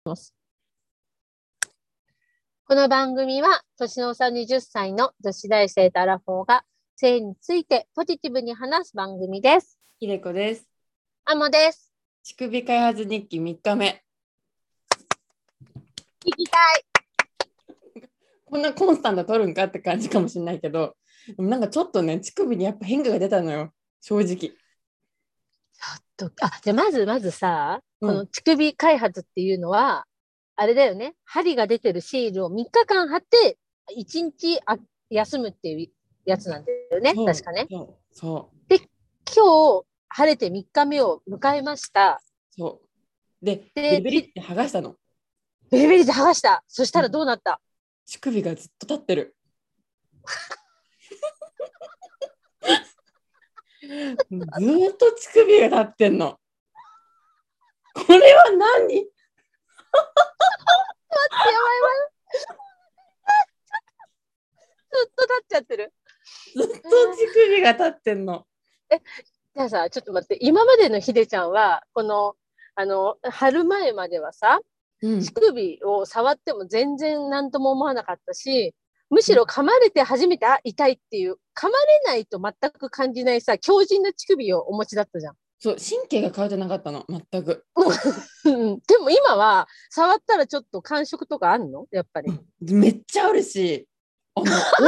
ます。この番組は年の差20歳の女子大生とアラフォーが性についてポジティブに話す番組です。 ひでこです。 あもです。 乳首開発日記3日目。 聞きたい。 こんなコンスタント取るんかって感じかもしれないけど、でもなんかちょっとね、乳首にやっぱ変化が出たのよ、正直。 じゃあまずさ、このうん、 乳首開発っていうのは、あれだよね。針が出てるシールを3日間貼って、1日休むっていうやつなんだよね。確かね。で、今日、晴れて3日目を迎えました。 そう。で、ベリで、 ベリって剥がしたの。 ベリベリで剥がした。そしたらどうなった？ 乳首がずっと立ってる。ずっと乳首が立ってんの。これは何？ 待って、やばい。ずっと立っちゃってる。 ずっと乳首が立ってんの。 じゃあさ、ちょっと待って、今までのひでちゃんは、春前まではさ、乳首を触っても全然何とも思わなかったし、むしろ噛まれて初めて、痛いっていう、噛まれないと全く感じないさ、強靭な乳首をお持ちだったじゃん。 そう、神経が変わってなかったの、全く。 でも今は、触ったらちょっと感触とかあんの？やっぱり。 めっちゃあるし、温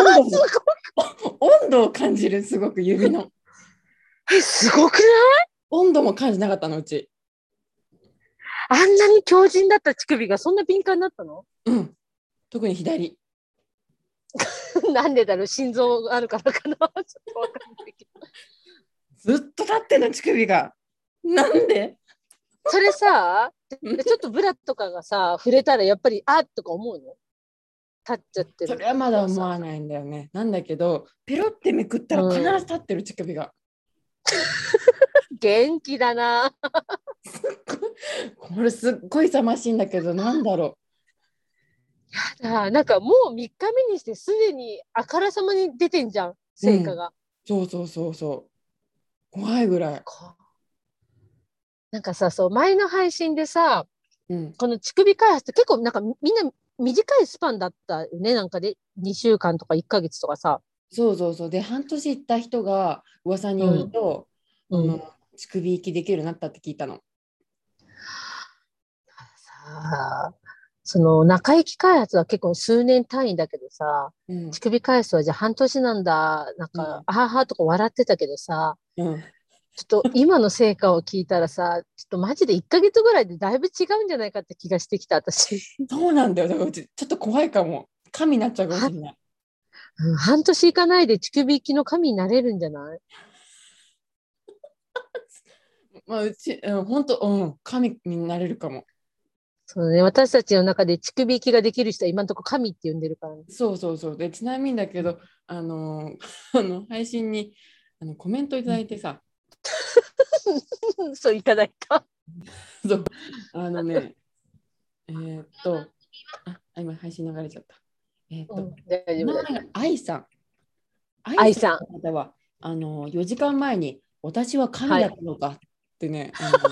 度を感じる、すごく指の。 すごくない？ 温度も感じなかったの、うち。 あんなに強靭だった乳首がそんな敏感になったの？ うん。特に左。 なんでだろう、心臓あるからかな。ちょっとわかんないけど。 ずっと立ってんの、乳首が。なんで？ それさ、ちょっとブラとかがさ、触れたらやっぱり、とか思うの？立っちゃってる。 それはまだ思わないんだよね。なんだけど、ペロってめくったら必ず立ってる乳首が。 元気だな。 これすっごい勇ましいんだけど、なんだろなんかもう3日目にしてすでにあからさまに出てんじゃん、 う。 成果が。 そう。怖いぐらい。 なんかさ、そう、前の配信でさ、 うん。 この乳首開発って結構なんかみんな短いスパンだったよね。なんかで2週間とか1ヶ月とかさ。 そう。で、半年行った人が噂によると、乳首息できるようになったって聞いたの。 さ、その中行き開発は結構数年単位だけどさ、乳首開発はじゃあ半年なんだ、なんか、あははとか笑ってたけどさ、ちょっと今の成果を聞いたらさ、ちょっとマジで1ヶ月ぐらいでだいぶ違うんじゃないかって気がしてきた、私。 そうなんだよ。だからうちちょっと怖いかも。神になっちゃうかもしれない。 半年いかないで乳首行きの神になれるんじゃない？ まあ、うち、本当、神になれるかも。 そうね、私たちの中で乳首行きができる人は今のところ神って呼んでるからね。 そう。で、ちなみにだけど、配信にコメントいただいてさ、 そういただいた。 そう、あのね、今配信流れちゃった。 大丈夫、大丈夫。 名前が愛さん。 愛さん。 の方は、4時間前に、私は神だったのかってね、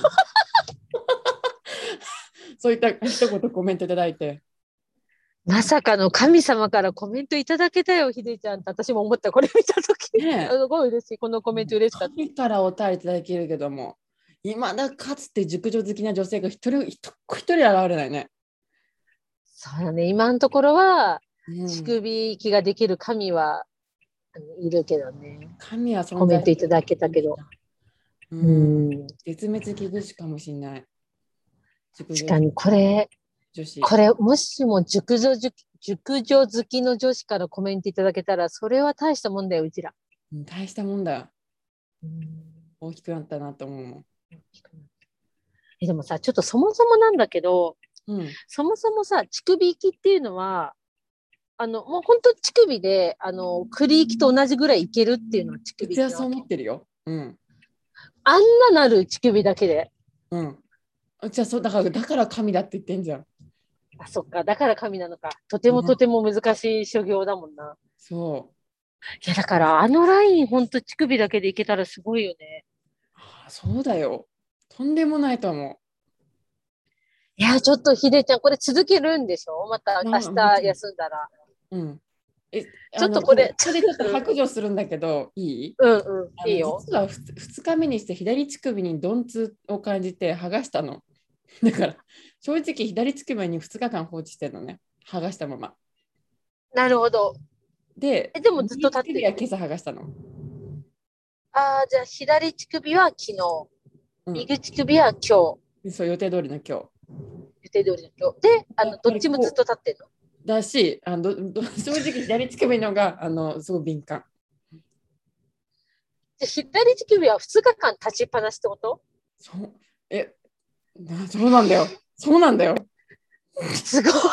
そういった一言コメントいただいて。 まさかの神様からコメントいただけたよ、ひでちゃんって私も思った。これ見たとき、 ねすごい嬉しい。このコメント嬉しかった。 神からお便りいただけるけども、いまだかつて熟女好きな女性が一人現れないね。 そうだね、今のところは、乳首息ができる神はいるけどね。 神は存在コメントいただけたけど。 絶滅危惧種かもしれない。 確かにこれもしも熟女好きの女子からコメントいただけたら、それは大したもんだよ、うちら。 大したもんだよ。大きくなったなと思うもん。 でもさ、ちょっとそもそもなんだけど、そもそもさ、乳首息っていうのは、もう本当乳首で、栗息と同じぐらいいけるっていうのは乳首息。 うちはそう思ってるよ。 あんななる乳首だけで。 うちはそう、だから神だって言ってんじゃん。 そっか、だから神なのか。とても難しい所業だもんな。 そう。 いや、だからあのライン本当乳首だけでいけたらすごいよね。 そうだよ。とんでもないと思う。 いや、ちょっとひでちゃん、これ続けるんでしょ？また明日もちろん。 休んだら。 うん。え、 ちょっとこれ、 ここでちょっと白状するんだけど、いい？ うんうん、いいよ。 実は2日目にして左乳首に鈍痛を感じて剥がしたの。だから、正直左乳首に2日間放置してるのね。剥がしたまま。 なるほど。 で、 でもずっと右乳立ってる。 首は今朝剥がしたの。 ああ、じゃあ左乳首は昨日、 うん。 右乳首は今そう、予定通りの今日。 日、予定通りの今日。で、 やっどっちもずっぱりと立ってるの？ だし、正直左乳首の方がすごい敏感。 じゃあ左乳首は2日間立ちっぱなしってこと？ そう、そうなんだよ。そうなんだよ。 すごい。怖い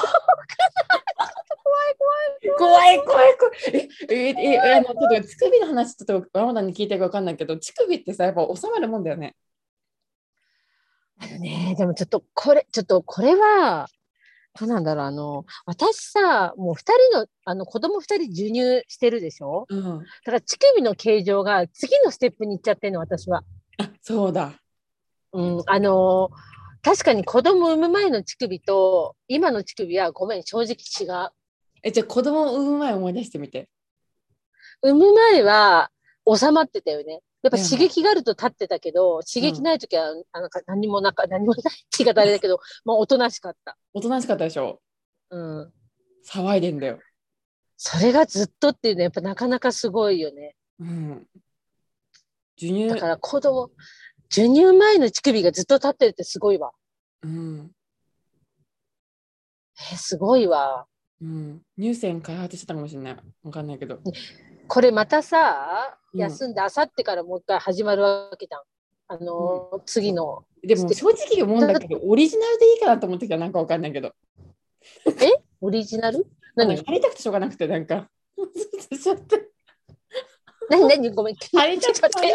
怖い怖い怖い。ちょっと乳首の話、ちょっとラマダンに聞いてるか分かんないけど、乳首ってさ、やっぱ収まるもんだよね。 ね。でもちょっとこれは、どうなんだろう、私さ、もう2人の、子供2人授乳してるでしょ？ うん。 だから乳首の形状が次のステップに行っちゃってるの、私は。 あ、そうだ。 うん、確かに子供産む前の乳首と今の乳首はごめん、正直違う。 じゃあ子供を産む前思い出してみて。 産む前は収まってたよね。やっぱ刺だよね。 激があると立ってたけど、刺激うん。 ないときは、何もないって言い方あれだけど、まあ、おとなしかった。 おとなしかったでしょ？ うん。 騒いでんだよ。 それがずっとっていうのは、やっぱなかなかすごいよね。 うん。授乳、 だから授乳前の乳首がずっと立ってるってすごいわ。 うん。 すごいわ。 うん。乳腺開発してたかもしれない。わかんないけど。 これまたさ、 うん。 休んで、あさってからもう一回始まるわけじゃん。 うん。 次のでもステ正直思うんだだけど、オリジナルでいいかなと思ってきた。なんかわかんないけど。 えオリジナル何？ 貼りたくてしょうがなくて、なんか。ちょっと何ごめん。ちょ貼りたくて、 っと待って。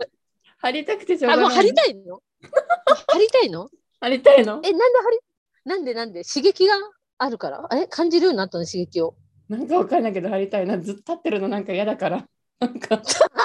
貼りたくてしょうあ、もう貼りがないの。 たいの？もう貼りたいの？ 貼りたいの。 なんで刺激があるから？感じるようになったの、刺激を。 なんかわかんないけど貼りたいな。ずっと立ってるのなんか嫌だから。なんか、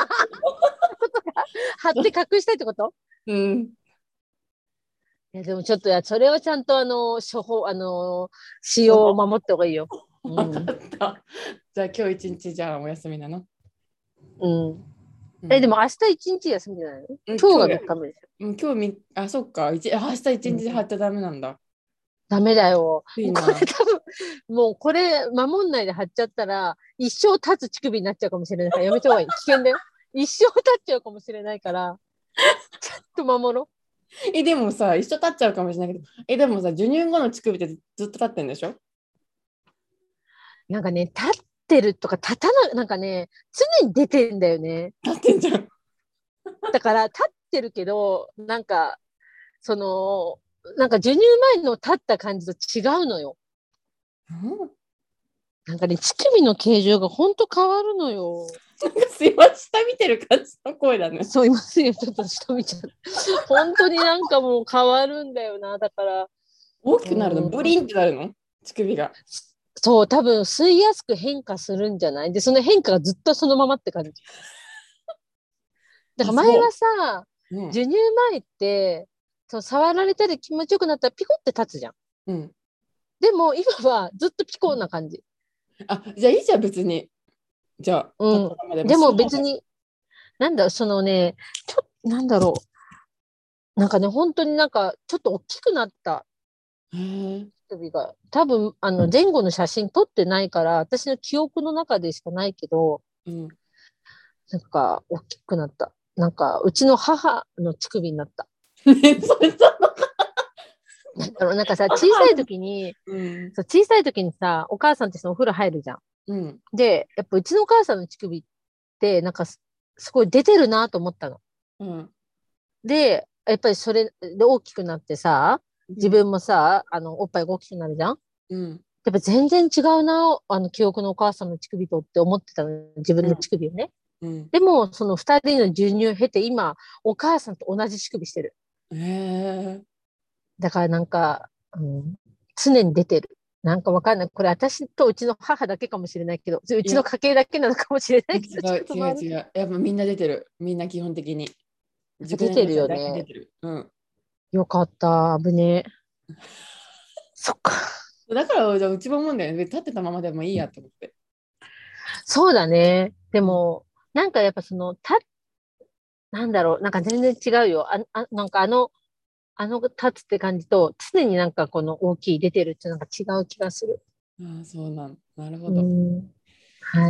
貼って隠したいってこと？ うん。 いや、でもちょっとそれはちゃんと処方、使用を守った方がいいよ。 わかうん。 った。じゃあ今日一日じゃあお休みなの？ うん。 うん。 でも明日一日休みじゃないの？ うん、 今日が今日や。 3日目でしょ。 今日あ、そっか。明日一うん。 日貼っちゃダメなんだ。 ダメだよ。もうこれいいな。 多分、もうこれ守んないで貼っちゃったら、一生立つ乳首になっちゃうかもしれないから、やめた方がいい。危険だよ。一生立っちゃうかもしれないから、ちゃんと守ろでもさ、一緒立っちゃうかもしれないけど、でもさ、授乳後の乳首ってずっと立ってんでしょ？ う。なんかね、立ってるとか立たない、なんかね、常に出てんだよね。 立ってんじゃん。 だから立ってるけど、その、授乳前の立った感じと違うのよ。 うん。 なんかね、乳首の形状がほんと変わるのよ。 なんかすいません、下見てる感じの声だね。 そういますよ。ちょっと下見ちゃう。本当になんかもう変わるんだよな。だから、 大きくなるの？ うん、 ブリンってなるの？乳首が。 そう、多分吸いやすく変化するんじゃない？で、その変化がずっとそのままって感じ。だかあ、 ら前はそさ、 う。うん。 授乳前って、そう触られたり気持ちよくなったらピコって立つじゃん。 うん。 でも今はずっとピコな感じ。 あ、じゃあいいじゃん、別に。じゃあ、立ったうん。 ままでもでも知らない。 別に、そのね、なんだろう。なんかね、本当にちょっと大きくなったへえ。 首が。多分、前後の写真撮ってないから、私の記憶の中でしかないけど、 うん。 大きくなった。うちの母の乳首になった。 ね、それさ、 なんだろう、さ、 うん。 小さい時にさ、お母さんってそのお風呂入るじゃん。 うん。 で、やっぱうちのお母さんの乳首って、すごい出てるなと思ったの。 うん。 で、やっぱりそれで大きくなってさ、自分もさ、おっぱいが大きくなるじゃん。 うん。 やっぱ全然違うな、記憶のお母さんの乳首とって思ってたの。自分のうん。 乳首をね。 うん。 でも、その二人の授乳を経て、今、お母さんと同じ乳首してる。 へえ。 だから常に出てる。なんかわかんない。これ私とうちの母だけかもしれないけど、ういや、 ちの家系だけなのかもしれないけど、ちょっ違うと周り、 違う違う。やっぱみんな出てる。みんな基本的に。熟出てる年女性は大体出よね。 てる。うん。 よかった。危ねえ。 そっか。 だからじゃあうちも思うんだよね。立ってたままでもいいやと思って。 そうだね。でうん、 も、なんかやっぱなんだろう、なんか全然違うよ。なんか立つって感じと、常になんかこの大きい出てるってなんか違う気がする。 ああ、そうなん。なるほうど。 ん。はい。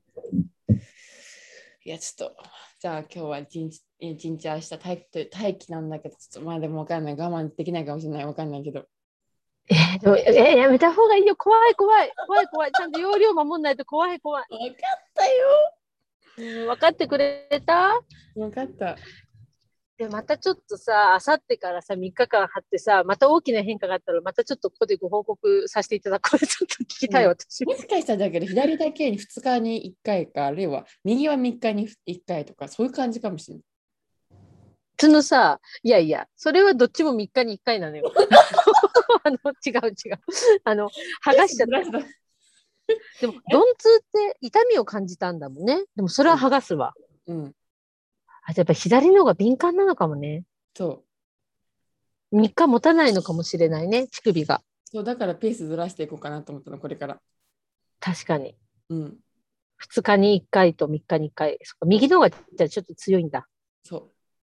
いや、ちょっと、じゃあ今日は一日明日待機なんだけど、ちょっとまあでもわかんない。我慢できないかもしれない。わかんないけど。 でも、やめた方がいいよ。怖い、怖い、怖い、怖い。ちゃんと容量守んないと怖い、怖い。 わかったよ。 うん、分かってくれた？ わかった。 で、またちょっとさ、あさってからさ、3日間張ってさ、また大きな変化があったら、またちょっとここでご報告させていただこう。ちょっと聞きたい、 うん、 私。 もしかしたらだけど、左だけに2日に1回か、あるいは右は3日に1回とか、そういう感じかもしれない。 そのさ、いやいや、それはどっちも3日に1回なのよ。違う違う。剥がしちゃった。 ずらした。 でも、鈍痛って痛みを感じたんだもんね。でも、それは剥がすわ。 うん、 やっぱ左の方が敏感なのかもね。 そう。 3日持たないのかもしれないね、乳首が。 そう、だからペースずらしていこうかなと思ったの、これから。 確かに。 うん、 2日に1回と3日に1回。そっか、右の方がじゃあちょっと強いんだ。 そ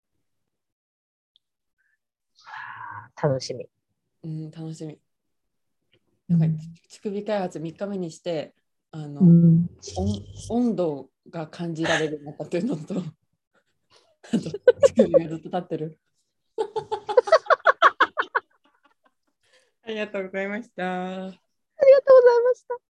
楽しみ。 う。うん、楽しみ。なんかうん。 乳首開発3日目にして、 うん、 温度が感じられるようになったというのと、あと乳首がずっと立ってる。ありがとうございました。 ありがとうございました。